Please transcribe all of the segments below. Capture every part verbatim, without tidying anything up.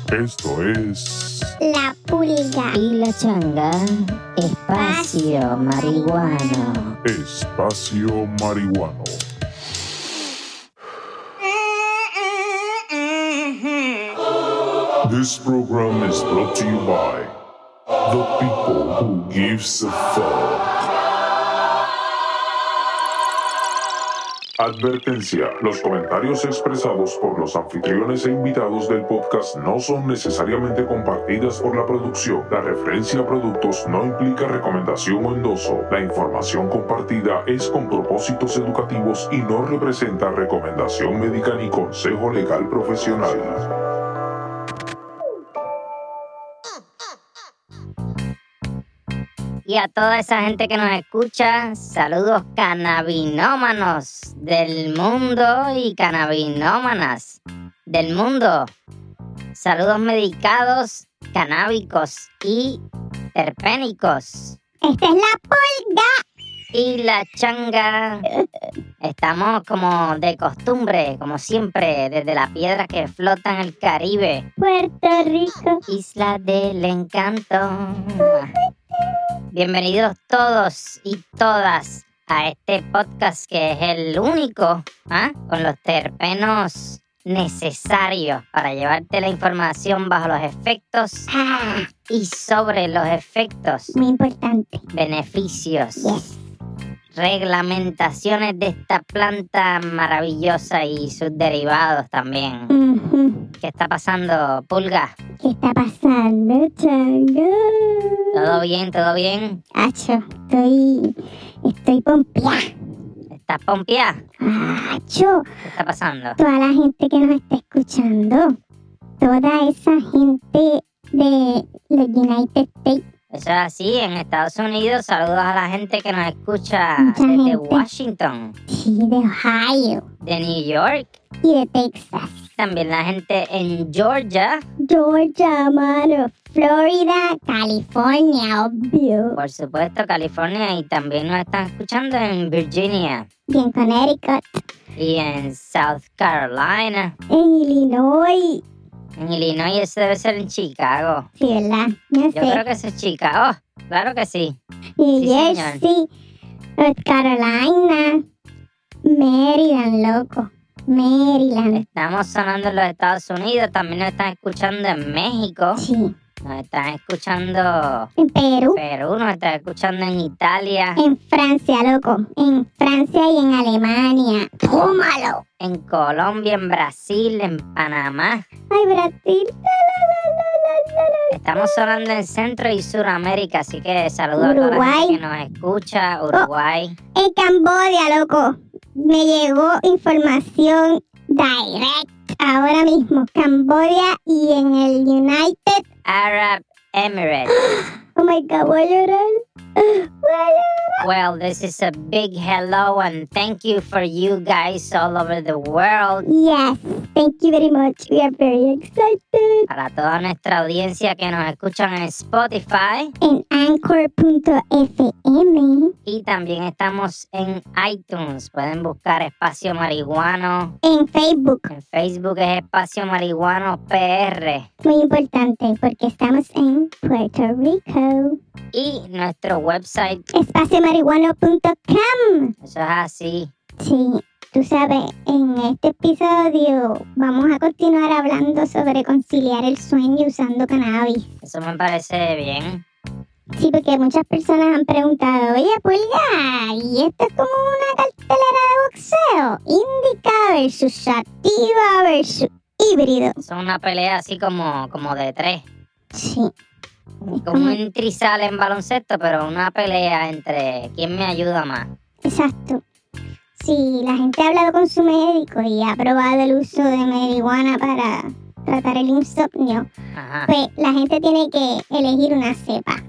Esto es La Pulga y la Changa, Espacio Marihuano. Espacio Marihuano. This program is brought to you by the people who gives a fuck. Advertencia: los comentarios expresados por los anfitriones e invitados del podcast no son necesariamente compartidas por la producción. La referencia a productos no implica recomendación o endoso. La información compartida es con propósitos educativos y no representa recomendación médica ni consejo legal profesional. Y a toda esa gente que nos escucha, saludos cannabinómanos del mundo y cannabinómanas del mundo. Saludos medicados, canábicos y terpénicos. Esta es La Pulga y la Changa. Estamos como de costumbre, como siempre, desde la piedra que flota en el Caribe, Puerto Rico, Isla del Encanto. Bienvenidos todos y todas a este podcast que es el único ¿ah? con los terpenos necesarios para llevarte la información bajo los efectos ah, y sobre los efectos, muy importante. beneficios, Yes. reglamentaciones de esta planta maravillosa y sus derivados también. Uh-huh. ¿Qué está pasando, Pulga? ¿Qué está pasando, Changa? ¿Todo bien? ¿Todo bien? Acho, estoy, estoy pompeada. ¿Estás pompeada? Acho, ¿Qué está pasando? toda la gente que nos está escuchando, toda esa gente de los United States. Eso es así, en Estados Unidos. Saludos a la gente que nos escucha Mucha desde gente. Washington, Sí, de Ohio de New York, y de Texas. también la gente en Georgia, Georgia, mano, Florida, California, obvio. por supuesto California, y también nos están escuchando en Virginia Y en Connecticut, y en South Carolina, en Illinois. en Illinois. Eso debe ser en Chicago. Sí, ¿verdad? No Yo sé. creo que eso es Chicago. Oh, claro que sí. New sí, Jersey, North Carolina, Maryland, loco. Maryland. Estamos sonando en los Estados Unidos, también nos están escuchando en México, Sí. nos están escuchando En Perú. Perú, nos está escuchando en Italia, En Francia, loco. En Francia y en Alemania. ¡Tómalo! en Colombia, en Brasil, en Panamá. Ay, Brasil. La, la, la, la, la, la. Estamos sonando en Centro y Suramérica, así que saludos a toda la Uruguay. gente que nos escucha. Uruguay. En Camboya, loco. Me llegó información direct ahora mismo. Camboya y en el United. Arab Emirates. Oh my God, voy a llorar. Voy a llorar. Well, this is a big hello and thank you for you guys all over the world. Yes, thank you very much. We are very excited. Para toda nuestra audiencia que nos escuchan en Spotify. En anchor punto f m. Y también estamos en iTunes. Pueden buscar Espacio Marihuano. En Facebook. En Facebook es Espacio Marihuano P R. Muy importante porque estamos en Puerto Rico. Y nuestro website, espacio marihuano punto com. eso es así. Sí, tú sabes, en este episodio vamos a continuar hablando sobre conciliar el sueño usando cannabis. Eso me parece bien. Sí, porque muchas personas han preguntado, oye, Pulga, ¿y esto es como una cartelera de boxeo? Indica versus sativa versus híbrido. Eso es una pelea así como, como de tres. Sí. Como un trizal en baloncesto, pero una pelea entre quién me ayuda más. Exacto. Si la gente ha hablado con su médico y ha probado el uso de marihuana para tratar el insomnio, Ajá. pues la gente tiene que elegir una cepa.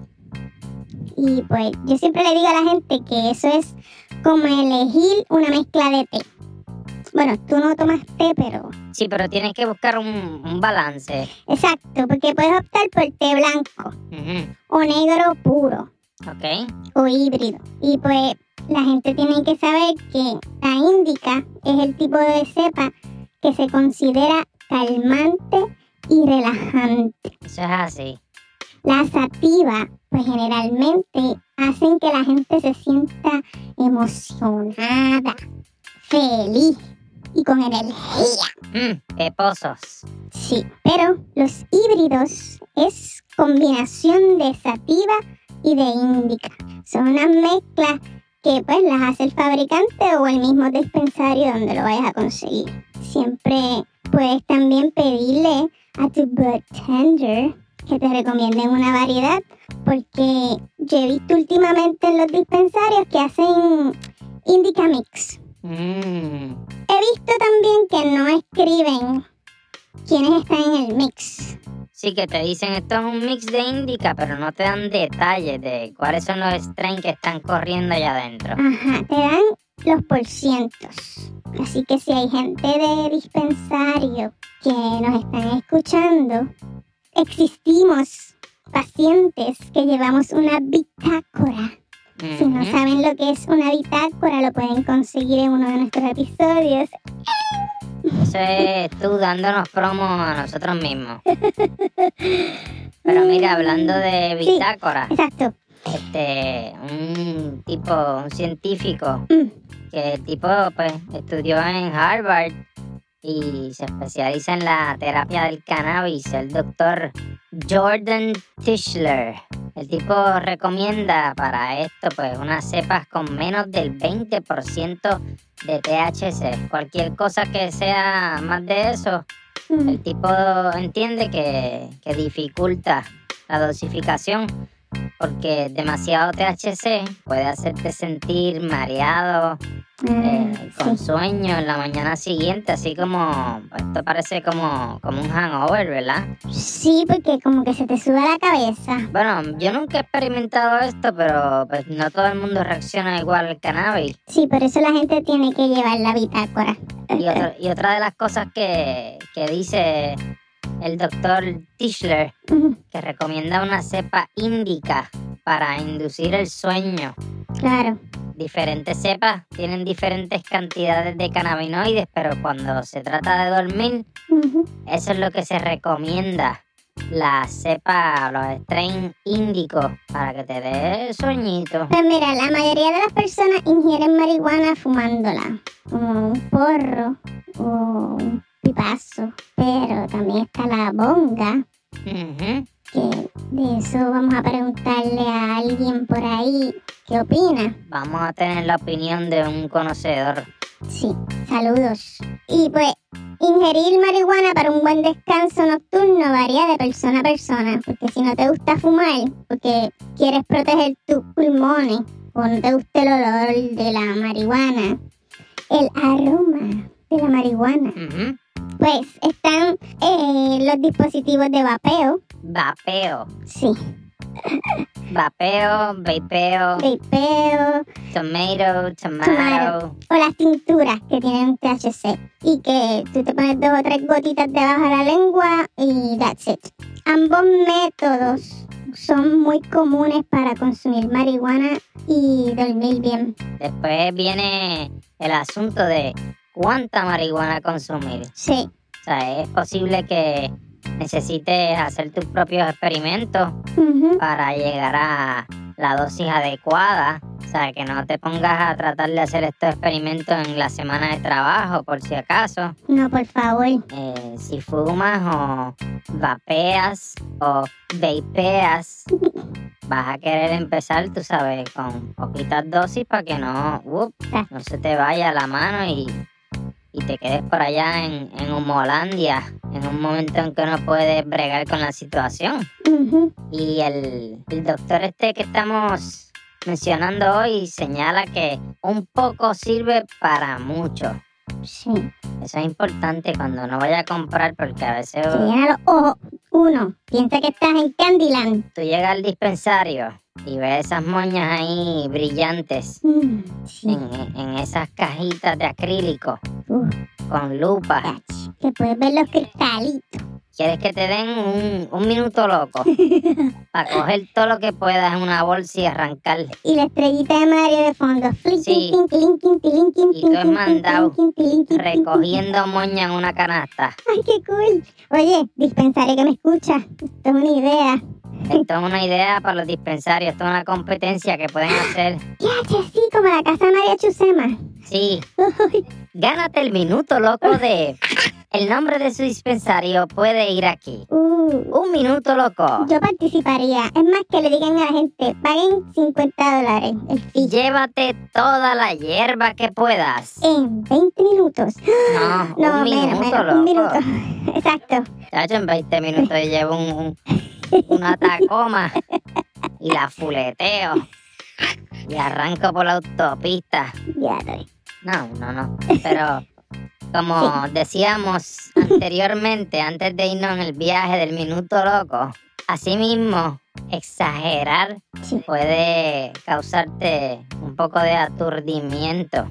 Y pues yo siempre le digo a la gente que eso es como elegir una mezcla de té. Bueno, tú no tomas té, pero... Sí, pero tienes que buscar un, un balance. Exacto, porque puedes optar por té blanco Ujú. o negro puro Ok. o híbrido. Y pues la gente tiene que saber que la índica es el tipo de cepa que se considera calmante y relajante relajante. Eso es así. Las sativas, pues generalmente hacen que la gente se sienta emocionada, feliz y con energía. Mmm, qué pozos. Sí, pero los híbridos es combinación de sativa y de índica. Son unas mezclas que pues las hace el fabricante o el mismo dispensario donde lo vayas a conseguir. Siempre puedes también pedirle a tu bartender que te recomienden una variedad, porque yo he visto últimamente en los dispensarios que hacen indica mix. Mmm. He visto también que no escriben quiénes están en el mix. Sí, que te dicen esto es un mix de indica, pero no te dan detalles de cuáles son los strains que están corriendo allá adentro. Ajá, te dan los porcientos. Así que si hay gente de dispensario que nos están escuchando, existimos pacientes que llevamos una bitácora. Uh-huh. Si no saben lo que es una bitácora, lo pueden conseguir en uno de nuestros episodios. Eso es tú dándonos promo a nosotros mismos. Pero mira, hablando de bitácora, sí, exacto. este, un tipo, un científico, Mm. que el tipo pues estudió en Harvard y se especializa en la terapia del cannabis, el doctor Jordan Tischler. El tipo recomienda para esto pues unas cepas con menos del veinte por ciento de T H C. Cualquier cosa que sea más de eso, Mm. el tipo entiende que, que dificulta la dosificación, porque demasiado T H C puede hacerte sentir mareado, eh, Ah, con sí. sueño en la mañana siguiente, así como, esto parece como, como un hangover, ¿verdad? Sí, porque como que se te sube la cabeza. Bueno, yo nunca he experimentado esto, pero pues no todo el mundo reacciona igual al cannabis. Sí, por eso la gente tiene que llevar la bitácora. Y, otro- y otra de las cosas que, que dice el doctor Tischler, Ujú, que recomienda una cepa índica para inducir el sueño. claro. Diferentes cepas tienen diferentes cantidades de cannabinoides, pero cuando se trata de dormir, Ujú. eso es lo que se recomienda. La cepa, los strains índicos, para que te dé sueñito. Pues mira, la mayoría de las personas ingieren marihuana fumándola, como un porro o un pipazo, pero también está la bonga, Ujú. que de eso vamos a preguntarle a alguien por ahí qué opina. Vamos a tener la opinión de un conocedor. Sí, saludos. Y pues, ingerir marihuana para un buen descanso nocturno varía de persona a persona, porque si no te gusta fumar, porque quieres proteger tus pulmones, o no te gusta el olor de la marihuana, el aroma de la marihuana, Ujú. pues están eh, los dispositivos de vapeo, Vapeo. sí, Vapeo, vapeo, vapeo, tomato, tomato. Tomato. O las tinturas que tienen T H C y que tú te pones dos o tres gotitas debajo de la lengua y that's it. Ambos métodos son muy comunes para consumir marihuana y dormir bien. Después viene el asunto de cuánta marihuana consumir. Sí, O sea, es posible que necesites hacer tus propios experimentos ujú, para llegar a la dosis adecuada. O sea, que no te pongas a tratar de hacer estos experimentos en la semana de trabajo, por si acaso. no, por favor. Eh, si fumas o vapeas o vapeas, vas a querer empezar, tú sabes, con poquitas dosis para que no, up, no se te vaya la mano y, y te quedes por allá en, en Humolandia, en un momento en que no puedes bregar con la situación. Ujú, Y el, el doctor este que estamos mencionando hoy señala que un poco sirve para mucho. sí, Eso es importante cuando uno vaya a comprar, porque a veces te llena los ojos. Uno, piensa que estás en Candyland. tú llegas al dispensario y ves esas moñas ahí brillantes Mm, sí, en, en esas cajitas de acrílico uh, con lupa. ach, que puedes ver los cristalitos. ¿Quieres que te den un, un minuto loco? Para coger todo lo que puedas en una bolsa y arrancar. Y la estrellita de Mario de fondo. Sí. Y tú has mandado recogiendo moña en una canasta. Ay, qué cool. Oye, dispensario que me escucha. Esto es una idea. Esto es una idea para los dispensarios. Esto es una competencia que pueden hacer. Ya, sí, como la casa de María Chusema. Sí. Gánate el minuto loco de... El nombre de su dispensario puede ir aquí. Uh, Un minuto loco. yo participaría. Es más que le digan a la gente, paguen cincuenta dólares el fee. Llévate toda la hierba que puedas. En veinte minutos. No, No, un menos, minuto, menos, loco. un minuto. Exacto. Chacho, en veinte minutos yo llevo un, un- una Tacoma y la fuleteo. Y arranco por la autopista. Ya, dale. No, no, no. Pero como decíamos anteriormente, antes de irnos en el viaje del minuto loco, asimismo, exagerar Sí. puede causarte un poco de aturdimiento.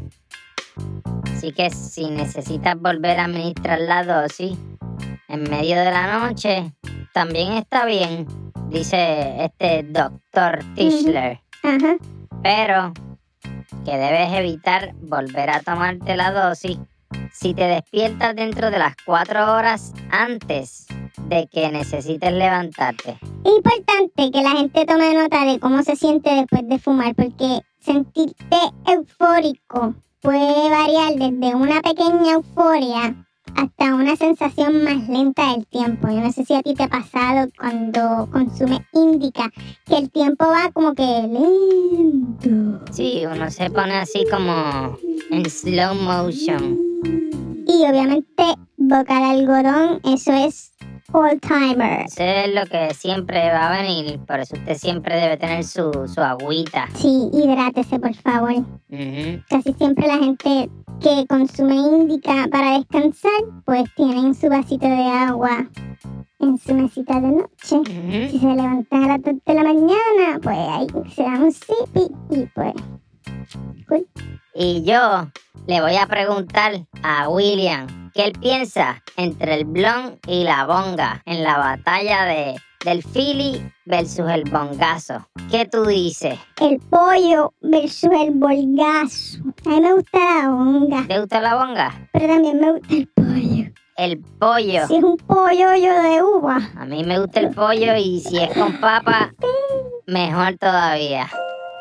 Así que si necesitas volver a administrar la dosis en medio de la noche, también está bien, dice este doctor Tischler. Ajá. Pero que debes evitar volver a tomarte la dosis si te despiertas dentro de las cuatro horas antes de que necesites levantarte. Es importante que la gente tome nota de cómo se siente después de fumar, porque sentirte eufórico puede variar desde una pequeña euforia hasta una sensación más lenta del tiempo. Yo no sé si a ti te ha pasado cuando consumes índica, que el tiempo va como que lento. Sí, uno se pone así como en slow motion. Y obviamente boca de algodón, eso es all timer. Eso es lo que siempre va a venir, por eso usted siempre debe tener su, su agüita. Sí, hidrátese por favor. Ujú. Casi siempre la gente que consume índica para descansar, pues tienen su vasito de agua en su mesita de noche. Ujú. Si se levantan a las dos de la mañana, pues ahí se dan un sipi y pues... Cool. Y yo le voy a preguntar a William qué él piensa entre el blon y la bonga en la batalla de, del Philly versus el bongazo. ¿Qué tú dices? El pollo versus el bolgazo. A mí me gusta la bonga, ¿Te gusta la bonga? pero también me gusta el pollo. El pollo. Si es un pollo yo de uva. A mí me gusta el pollo y si es con papa, mejor todavía.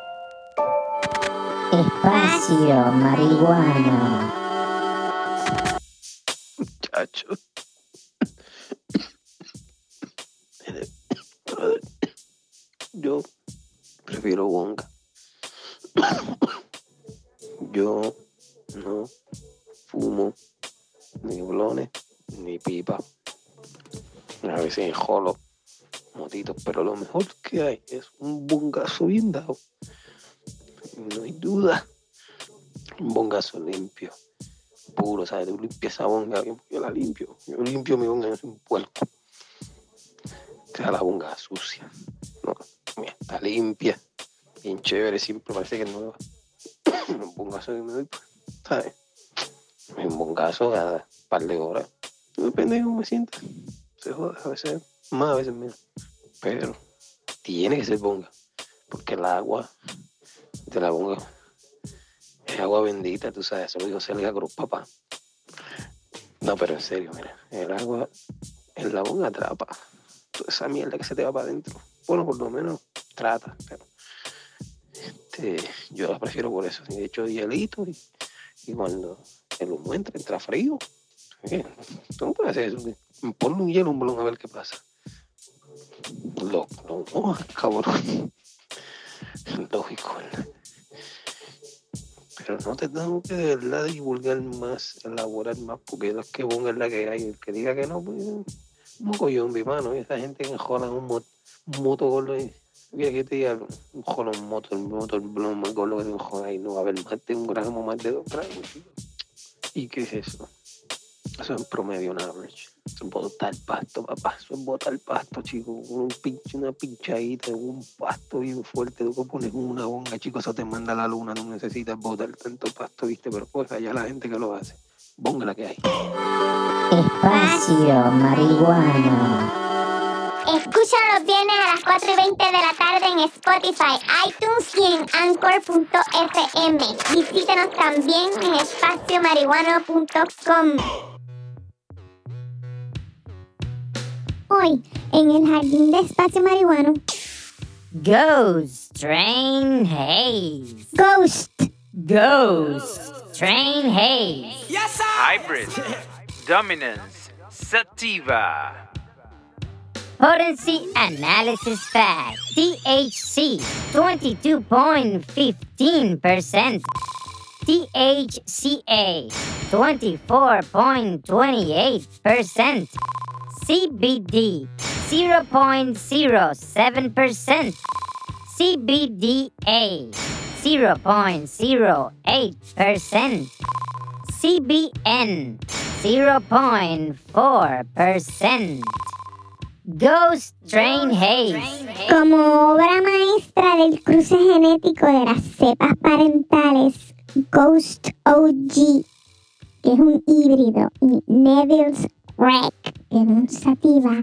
Espacio marihuana. Muchacho. Brother, yo prefiero bonga. Yo no fumo ni blones ni pipa. A veces jolo motitos, pero lo mejor que hay es un bongazo bien dado. No hay duda. Un bongazo limpio, puro, ¿sabes? Tú limpias esa bonga, yo la limpio. Yo limpio mi bonga, yo soy un puerco. Deja la bonga sucia. No, mira, está limpia, bien chévere, siempre parece que es nueva. Un bongazo que me doy, pues, ¿sabes? Un bongazo cada par de horas. Depende de cómo me sienta. Se joda, a veces más, a veces menos. Pero tiene que ser bonga, porque el agua de la bonga es agua bendita, tú sabes, eso lo dijo Celia Cruz, papá. No, pero en serio, mira, el agua en la bonga atrapa toda esa mierda que se te va para adentro. Bueno, por lo menos trata, pero este, yo la prefiero por eso. De hecho, hielito y, y cuando el humo entra, entra frío. ¿Qué? Tú no puedes hacer eso. Ponle un hielo, un bolón a ver qué pasa. Lo, lo mojas, cabrón. Lógico, ¿verdad? Pero no te tengo que de verdad divulgar más, elaborar más, porque es que bonga es la que hay. El que diga que no, pues un mogollón de mano. Y esa gente que jola un, mot, un moto gordo. Y, mira que te diga, un jola un moto, el moto, el blon más gordo que te jola y no va a haber más de un gramo, más de dos gramos. ¿Y qué es eso? Eso es en promedio, un average. Eso es botar pasto, papá. Eso es botar pasto, chico. Un pinche, una pinchadita, un pasto bien fuerte. Tú pones una bonga, chico, eso te manda la luna. No necesitas botar tanto pasto, ¿viste? Pero pues allá la gente que lo hace. Bonga la que hay. Espacio Marihuana. Escúchalo los viernes a las cuatro y veinte de la tarde en Spotify, iTunes y en anchor punto f m. Visítenos también en espacio marihuano punto com. Hoy, en el jardín de Espacio Marihuano, Ghost Train Haze. Ghost. Ghost Train Haze. Hybrid, Dominance, Sativa. Potency Analysis Fact. T H C twenty-two point one five percent. T H C A twenty-four point two eight percent. C B D zero point zero seven percent. C B D A zero point zero eight percent. C B N zero point four percent. Ghost Train Haze. Como obra maestra del cruce genético de las cepas parentales, Ghost O G, que es un híbrido, y Neville's Rec, que es un sativa,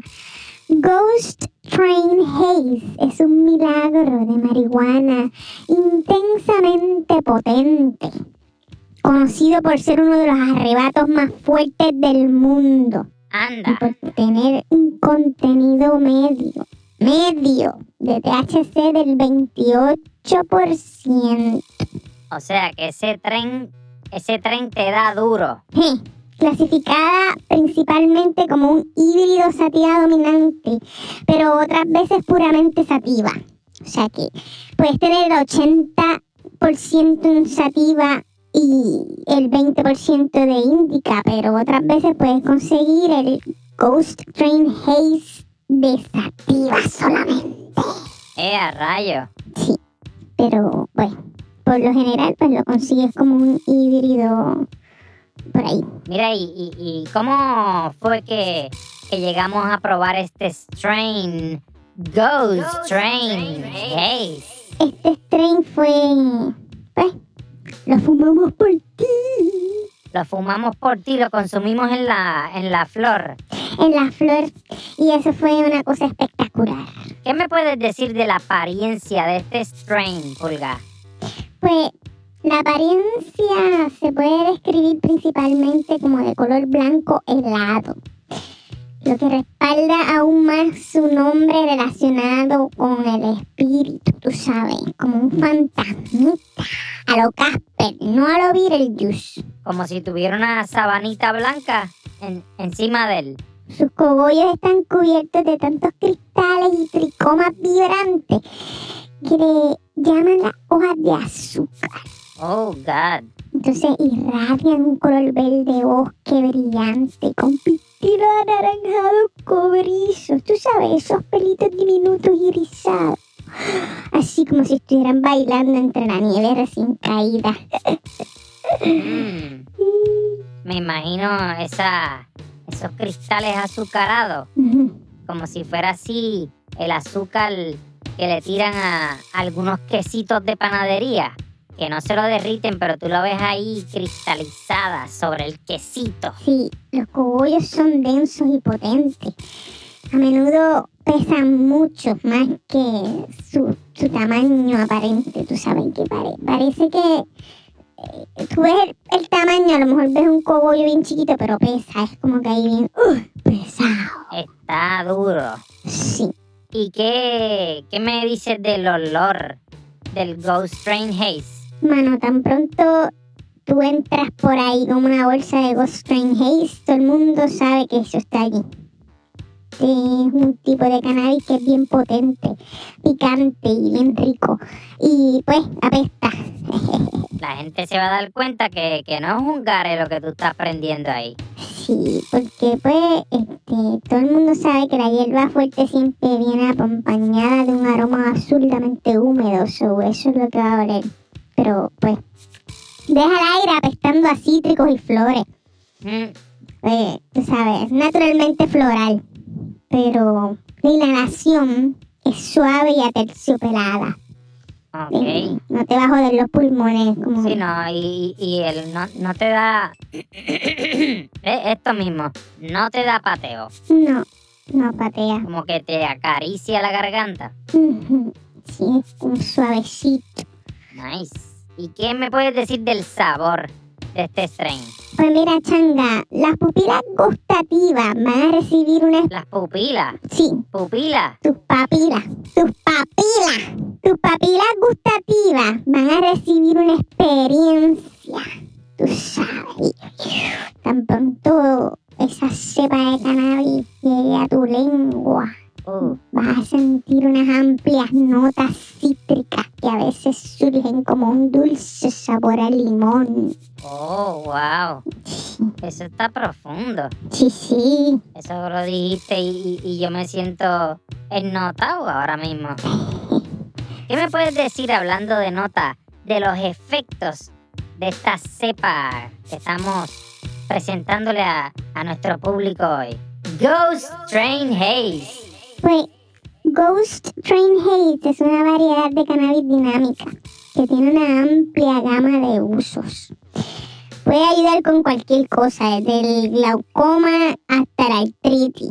Ghost Train Haze es un milagro de marihuana intensamente potente, conocido por ser uno de los arrebatos más fuertes del mundo. Anda. Y por tener un contenido medio, medio de T H C del veintiocho por ciento. O sea que ese tren, ese tren te da duro. Sí, clasificada principalmente como un híbrido sativa dominante, pero otras veces puramente sativa. O sea que puedes tener el ochenta por ciento en sativa y el veinte por ciento de índica, pero otras veces puedes conseguir el Ghost Train Haze de sativa solamente. ¡Eh, a rayo! Sí, pero bueno, por lo general pues lo consigues como un híbrido por ahí. Mira, ¿y, y, y cómo fue que, que llegamos a probar este strain? Ghost, Ghost Train Haze. Este strain fue, pues, lo fumamos por ti. Lo fumamos por ti, lo consumimos en la, en la flor. En la flor, y eso fue una cosa espectacular. ¿Qué me puedes decir de la apariencia de este strain, Pulga? Pues la apariencia se puede describir principalmente como de color blanco helado, lo que respalda aún más su nombre relacionado con el espíritu, tú sabes, como un fantasmita, a lo Casper, no a lo Beetlejuice. Como si tuviera una sabanita blanca en, encima de él. Sus cogollos están cubiertos de tantos cristales y tricomas vibrantes que le llaman las hojas de azúcar. Oh, God. Entonces irradian un color verde bosque brillante con pistilos anaranjados cobrizos. Tú sabes, esos pelitos diminutos y rizados. Así como si estuvieran bailando entre la nieve recién caída. Mm. Me imagino esa, esos cristales azucarados. Como si fuera así el azúcar que le tiran a algunos quesitos de panadería. Que no se lo derriten, pero tú lo ves ahí cristalizada sobre el quesito. Sí, los cogollos son densos y potentes. A menudo pesan mucho más que su, su tamaño aparente. Tú sabes que pare, parece que eh, tú ves el, el tamaño, a lo mejor ves un cogollo bien chiquito, pero pesa. Es como que ahí bien uh, pesado. Está duro. Sí. ¿Y qué, qué me dices del olor del Ghost Train Haze? Mano, tan pronto tú entras por ahí como una bolsa de Ghost Train Haze, todo el mundo sabe que eso está allí. Es un tipo de cannabis que es bien potente, picante y bien rico. Y pues, apesta. La gente se va a dar cuenta que, que no es un gare lo que tú estás prendiendo ahí. Sí, porque pues este, todo el mundo sabe que la hierba fuerte siempre viene acompañada de un aroma absurdamente húmedo, so eso es lo que va a oler. Pero pues, deja el aire apestando a cítricos y flores. Mm. Pues, tú sabes, naturalmente floral. Pero la inhalación es suave y aterciopelada. Ok. No te va a joder los pulmones. Como... Sí, no, y, y el no, no te da... Eh, esto mismo, no te da pateo. No, no patea. Como que te acaricia la garganta. Ujú. Sí, es como suavecito. Nice. ¿Y qué me puedes decir del sabor de este strain? Pues mira, Changa, las pupilas gustativas van a recibir una... Las pupilas. Sí, Pupilas. tus papilas, tus papilas, tus papilas gustativas van a recibir una experiencia, tú sabes. Tan pronto esa cepa de cannabis llegue a tu lengua, Uh, vas a sentir unas amplias notas cítricas que a veces surgen como un dulce sabor a limón. oh, wow. Eso está profundo. Sí, sí. Eso lo dijiste y, y, y yo me siento ennotado ahora mismo. ¿Qué me puedes decir hablando de nota de los efectos de esta cepa que estamos presentándole a, a nuestro público hoy? Ghost Strain Haze. Pues Ghost Strain Haze es una variedad de cannabis dinámica que tiene una amplia gama de usos. Puede ayudar con cualquier cosa, desde el glaucoma hasta la artritis,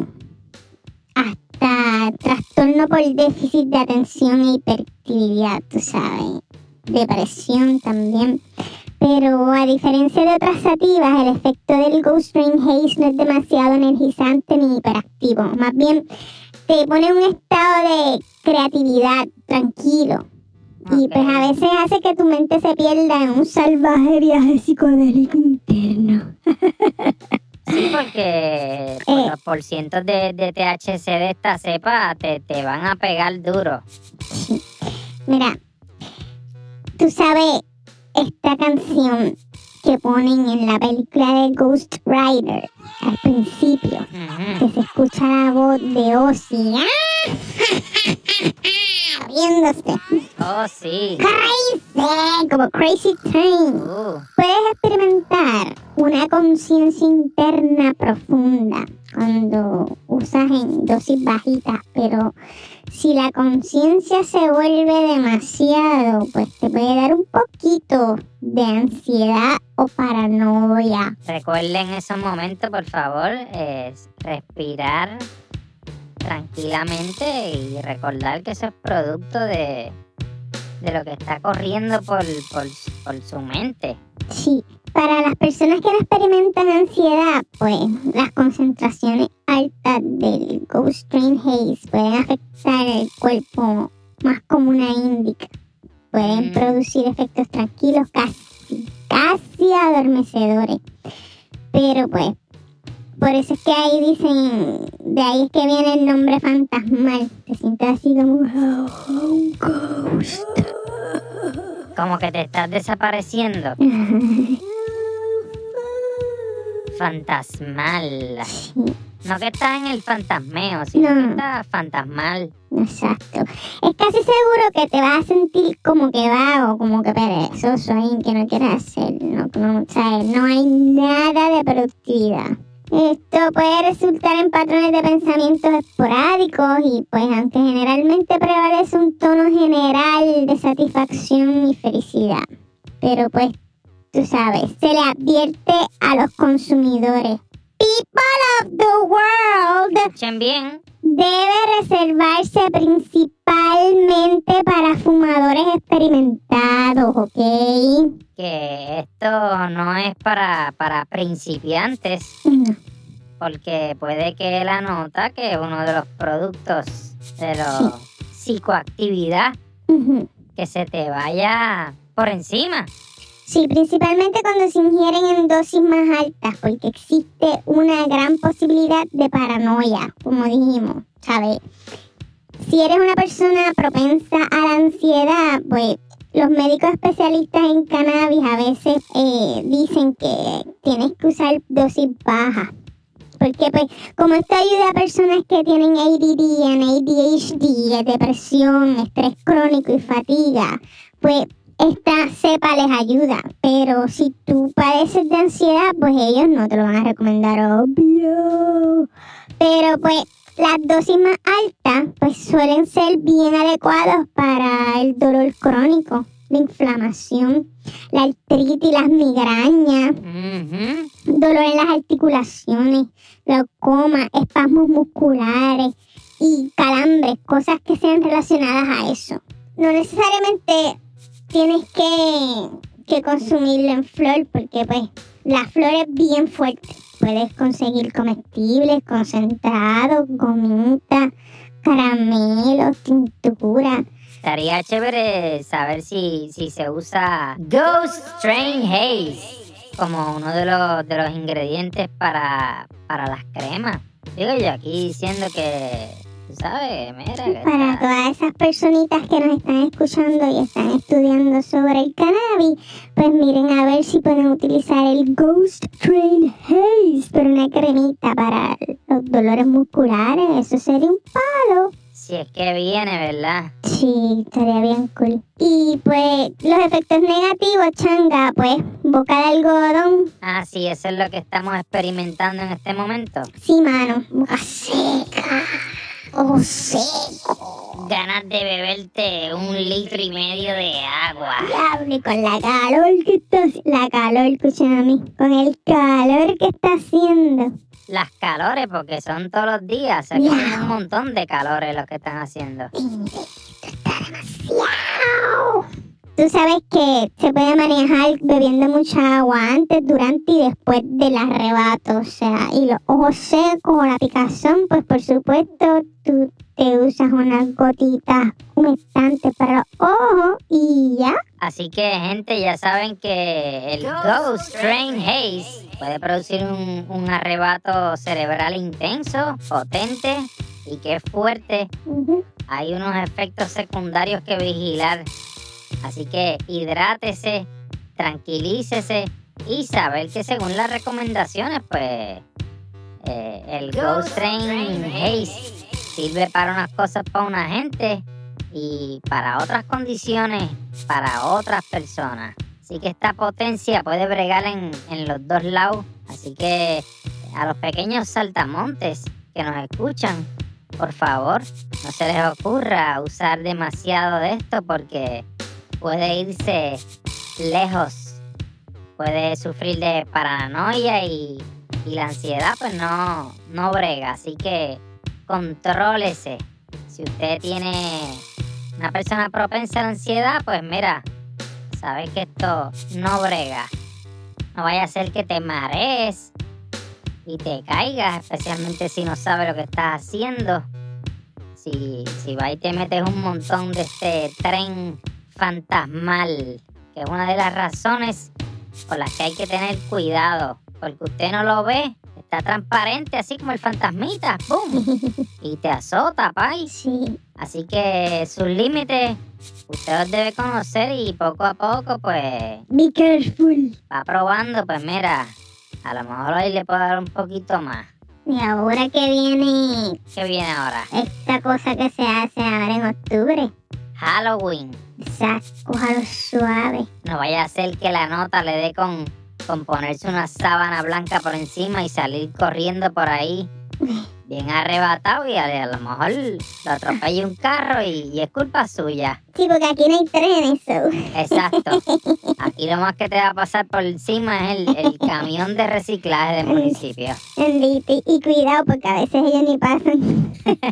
hasta trastorno por déficit de atención e hiperactividad, tú sabes, depresión también. Pero a diferencia de otras sativas, el efecto del Ghost Strain Haze no es demasiado energizante ni hiperactivo. Más bien, te pone en un estado de creatividad tranquilo. Y pues a veces hace que tu mente se pierda en un salvaje viaje psicodélico interno. Sí, porque por Eh. los porcientos de, de T H C de esta cepa te, te van a pegar duro. Mira, tú sabes esta canción que ponen en la película de Ghost Rider al principio, Ujú. que se escucha la voz de Ozzy ¡ah! riéndose. Oh, sí. Crazy, como Crazy Train. Uh, Puedes experimentar una conciencia interna profunda cuando usas en dosis bajitas, pero si la conciencia se vuelve demasiado, pues te puede dar un poquito de ansiedad o paranoia. recuerden esos momentos, por favor, es respirar tranquilamente y recordar que eso es producto de, de lo que está corriendo por, por, por su mente. Sí, para las personas que no experimentan ansiedad, pues las concentraciones altas del Ghost Strain Haze pueden afectar el cuerpo más como una índica. Pueden Mm. producir efectos tranquilos, casi, casi adormecedores. Pero pues, por eso es que ahí dicen, de ahí es que viene el nombre fantasmal. Te sientes así como un ghost. Como que te estás desapareciendo. Fantasmal. No que estás en el fantasmeo, sino No. que estás fantasmal. Exacto. Es casi seguro que te vas a sentir como que vago, como que perezoso ahí, que no quieres hacer. No, no, ¿sabes? No hay nada de productividad. Esto puede resultar en patrones de pensamientos esporádicos y pues aunque generalmente prevalece un tono general de satisfacción y felicidad. Pero pues, tú sabes, se le advierte a los consumidores. People of the world Escuchen bien. debe reservarse principalmente para fumadores experimentados, ¿ok? Que esto no es para, para principiantes, No. porque puede que la nota que uno de los productos de la psicoactividad Ujú. que se te vaya por encima. Sí, principalmente cuando se ingieren en dosis más altas, porque existe una gran posibilidad de paranoia, como dijimos, ¿sabes? Si eres una persona propensa a la ansiedad, pues los médicos especialistas en cannabis a veces eh, dicen que tienes que usar dosis bajas. Porque pues como esto ayuda a personas que tienen A D D, A D H D, depresión, estrés crónico y fatiga, pues esta cepa les ayuda. Pero si tú padeces de ansiedad, pues ellos no te lo van a recomendar, obvio. Pero pues Las dosis más altas pues suelen ser bien adecuadas para el dolor crónico, la inflamación, la artritis, las migrañas, Ujú. dolor en las articulaciones, glaucoma, espasmos musculares y calambres, cosas que sean relacionadas a eso. No necesariamente tienes que, que consumirlo en flor porque pues la flor es bien fuerte. Puedes conseguir comestibles, concentrados, gomitas, caramelos, tintura. Estaría chévere saber si, si se usa Ghost Train Haze como uno de los, de los ingredientes para, para las cremas. Digo yo aquí diciendo que, tú sabes, mira, que Para está- todas esas personitas que nos están escuchando y están estudiando sobre el cannabis, pues miren a ver si pueden utilizar el Ghost Train Haze, pero una cremita para los dolores musculares. Eso sería un palo. si es que viene, ¿verdad? Sí, estaría bien cool. Y pues los efectos negativos, changa, pues boca de algodón. Ah, sí, eso es lo que estamos experimentando en este momento. Sí, mano, boca seca. Ojo seco. Ganas de beberte un litro y medio de agua. Diablo, y con la calor que está haci- la calor, escúchame, con el calor que está haciendo. Las calores, porque son todos los días. O sea, que Wow. son un montón de calores los que están haciendo. ¡Miau! Tú sabes que se puede manejar bebiendo mucha agua antes, durante y después del arrebato. O sea, y los ojos secos o la picazón, pues por supuesto tú te usas unas gotitas humectantes para los ojos y ya. Así que, gente, ya saben que el Ghost Train Haze puede producir un, un arrebato cerebral intenso, potente y que es fuerte. Ujú. Hay unos efectos secundarios que vigilar. Así que hidrátese, tranquilícese y saber que según las recomendaciones, pues eh, el Ghost Train Haze sirve para unas cosas para una gente y para otras condiciones para otras personas. Así que esta potencia puede bregar en, en los dos lados. Así que a los pequeños saltamontes que nos escuchan, por favor, no se les ocurra usar demasiado de esto porque puede irse lejos. Puede sufrir de paranoia y, y la ansiedad pues no, no brega. Así que contrólese. Si usted tiene una persona propensa a la ansiedad, pues mira, sabes que esto no brega. No vaya a ser que te marees y te caigas, especialmente si no sabes lo que estás haciendo. Si, si va y te metes un montón de este tren fantasmal, que es una de las razones por las que hay que tener cuidado, porque usted no lo ve, está transparente así como el fantasmita, ¡pum! Y te azota, pay. Sí. Así que sus límites usted los debe conocer y poco a poco pues Be careful. va probando, pues mira, a lo mejor hoy le puedo dar un poquito más. Y ahora que viene ¿Qué viene ahora? esta cosa que se hace ahora en octubre, Halloween. exacto, cójalo suave. No vaya a ser que la nota le dé con, con ponerse una sábana blanca por encima y salir corriendo por ahí bien arrebatado y a, a lo mejor lo atropella un carro y, y es culpa suya. Sí, porque aquí no hay trenes, so. Exacto. Aquí lo más que te va a pasar por encima es el, el camión de reciclaje del municipio. Bendito. Y cuidado, porque a veces ellos ni pasan.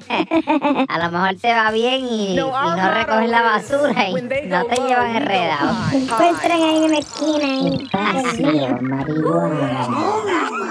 A lo mejor te va bien y, y no recoges la basura y no te llevan enredado. Se encuentran ahí en una esquina. Y, Dios mío. Marihuana.